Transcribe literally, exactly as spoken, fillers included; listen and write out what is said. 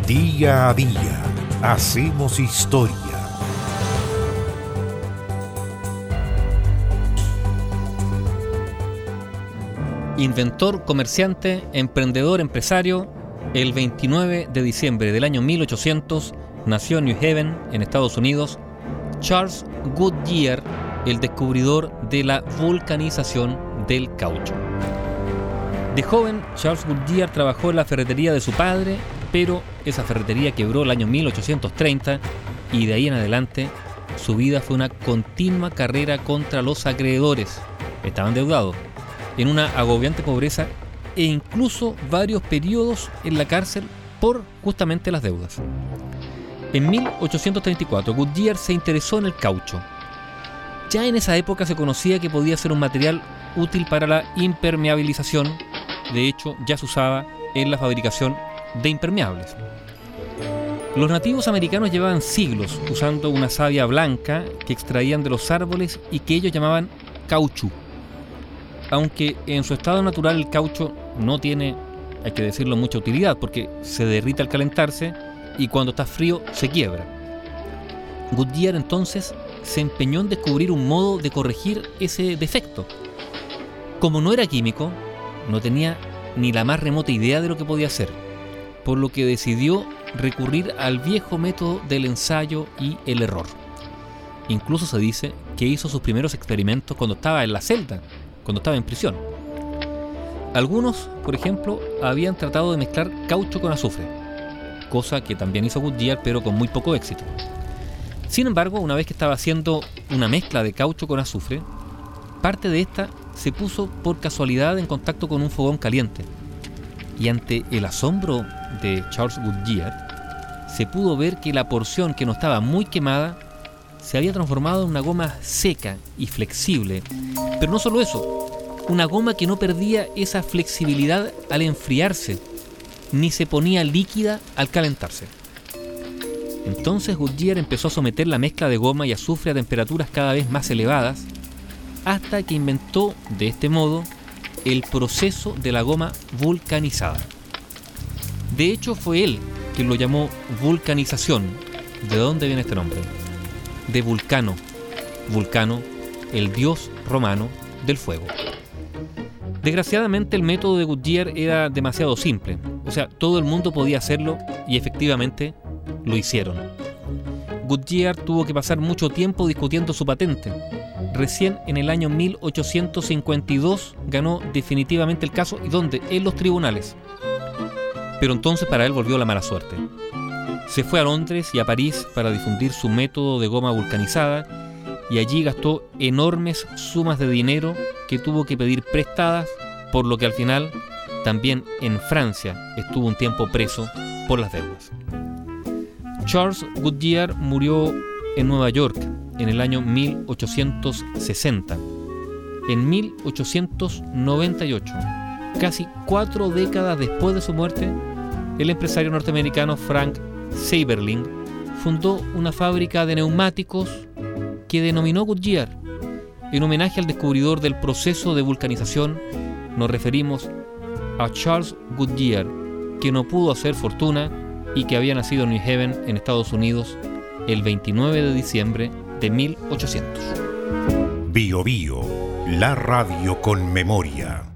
Día a día hacemos historia. Inventor, comerciante, emprendedor, empresario, el veintinueve de diciembre del año mil ochocientos nació en New Haven, en Estados Unidos, Charles Goodyear, el descubridor de la vulcanización del caucho. De joven, Charles Goodyear trabajó en la ferretería de su padre, pero esa ferretería quebró el año mil ochocientos treinta y de ahí en adelante su vida fue una continua carrera contra los acreedores. Estaba endeudado, en una agobiante pobreza e incluso varios periodos en la cárcel por justamente las deudas. En mil ochocientos treinta y cuatro, Goodyear se interesó en el caucho. Ya en esa época se conocía que podía ser un material útil para la impermeabilización. De hecho, ya se usaba en la fabricación de impermeables. Los nativos americanos llevaban siglos usando una savia blanca que extraían de los árboles y que ellos llamaban caucho. Aunque en su estado natural el caucho no tiene, hay que decirlo, mucha utilidad porque se derrite al calentarse y cuando está frío se quiebra. Goodyear entonces se empeñó en descubrir un modo de corregir ese defecto. Como no era químico, no tenía ni la más remota idea de lo que podía hacer, por lo que decidió recurrir al viejo método del ensayo y el error. Incluso se dice que hizo sus primeros experimentos cuando estaba en la celda, cuando estaba en prisión. Algunos, por ejemplo, habían tratado de mezclar caucho con azufre, cosa que también hizo Goodyear, pero con muy poco éxito. Sin embargo, una vez que estaba haciendo una mezcla de caucho con azufre, parte de esta se puso por casualidad en contacto con un fogón caliente. Y ante el asombro de Charles Goodyear, se pudo ver que la porción que no estaba muy quemada se había transformado en una goma seca y flexible. Pero no solo eso, una goma que no perdía esa flexibilidad al enfriarse, ni se ponía líquida al calentarse. Entonces Goodyear empezó a someter la mezcla de goma y azufre a temperaturas cada vez más elevadas, hasta que inventó de este modo el proceso de la goma vulcanizada. De hecho, fue él quien lo llamó vulcanización. ¿De dónde viene este nombre? De Vulcano. Vulcano, el dios romano del fuego. Desgraciadamente el método de Goodyear era demasiado simple. O sea, todo el mundo podía hacerlo y efectivamente lo hicieron. Goodyear tuvo que pasar mucho tiempo discutiendo su patente. Recién en el año mil ochocientos cincuenta y dos ganó definitivamente el caso. ¿Y dónde? En los tribunales. Pero entonces para él volvió la mala suerte. Se fue a Londres y a París para difundir su método de goma vulcanizada y allí gastó enormes sumas de dinero que tuvo que pedir prestadas, por lo que al final también en Francia estuvo un tiempo preso por las deudas. Charles Goodyear murió en Nueva York en el año mil ochocientos sesenta. En mil ochocientos noventa y ocho, casi cuatro décadas después de su muerte, el empresario norteamericano Frank Seiberling fundó una fábrica de neumáticos que denominó Goodyear. En homenaje al descubridor del proceso de vulcanización, nos referimos a Charles Goodyear, que no pudo hacer fortuna y que había nacido en New Haven, en Estados Unidos, el veintinueve de diciembre de mil ochocientos. Bio Bio, la radio con memoria.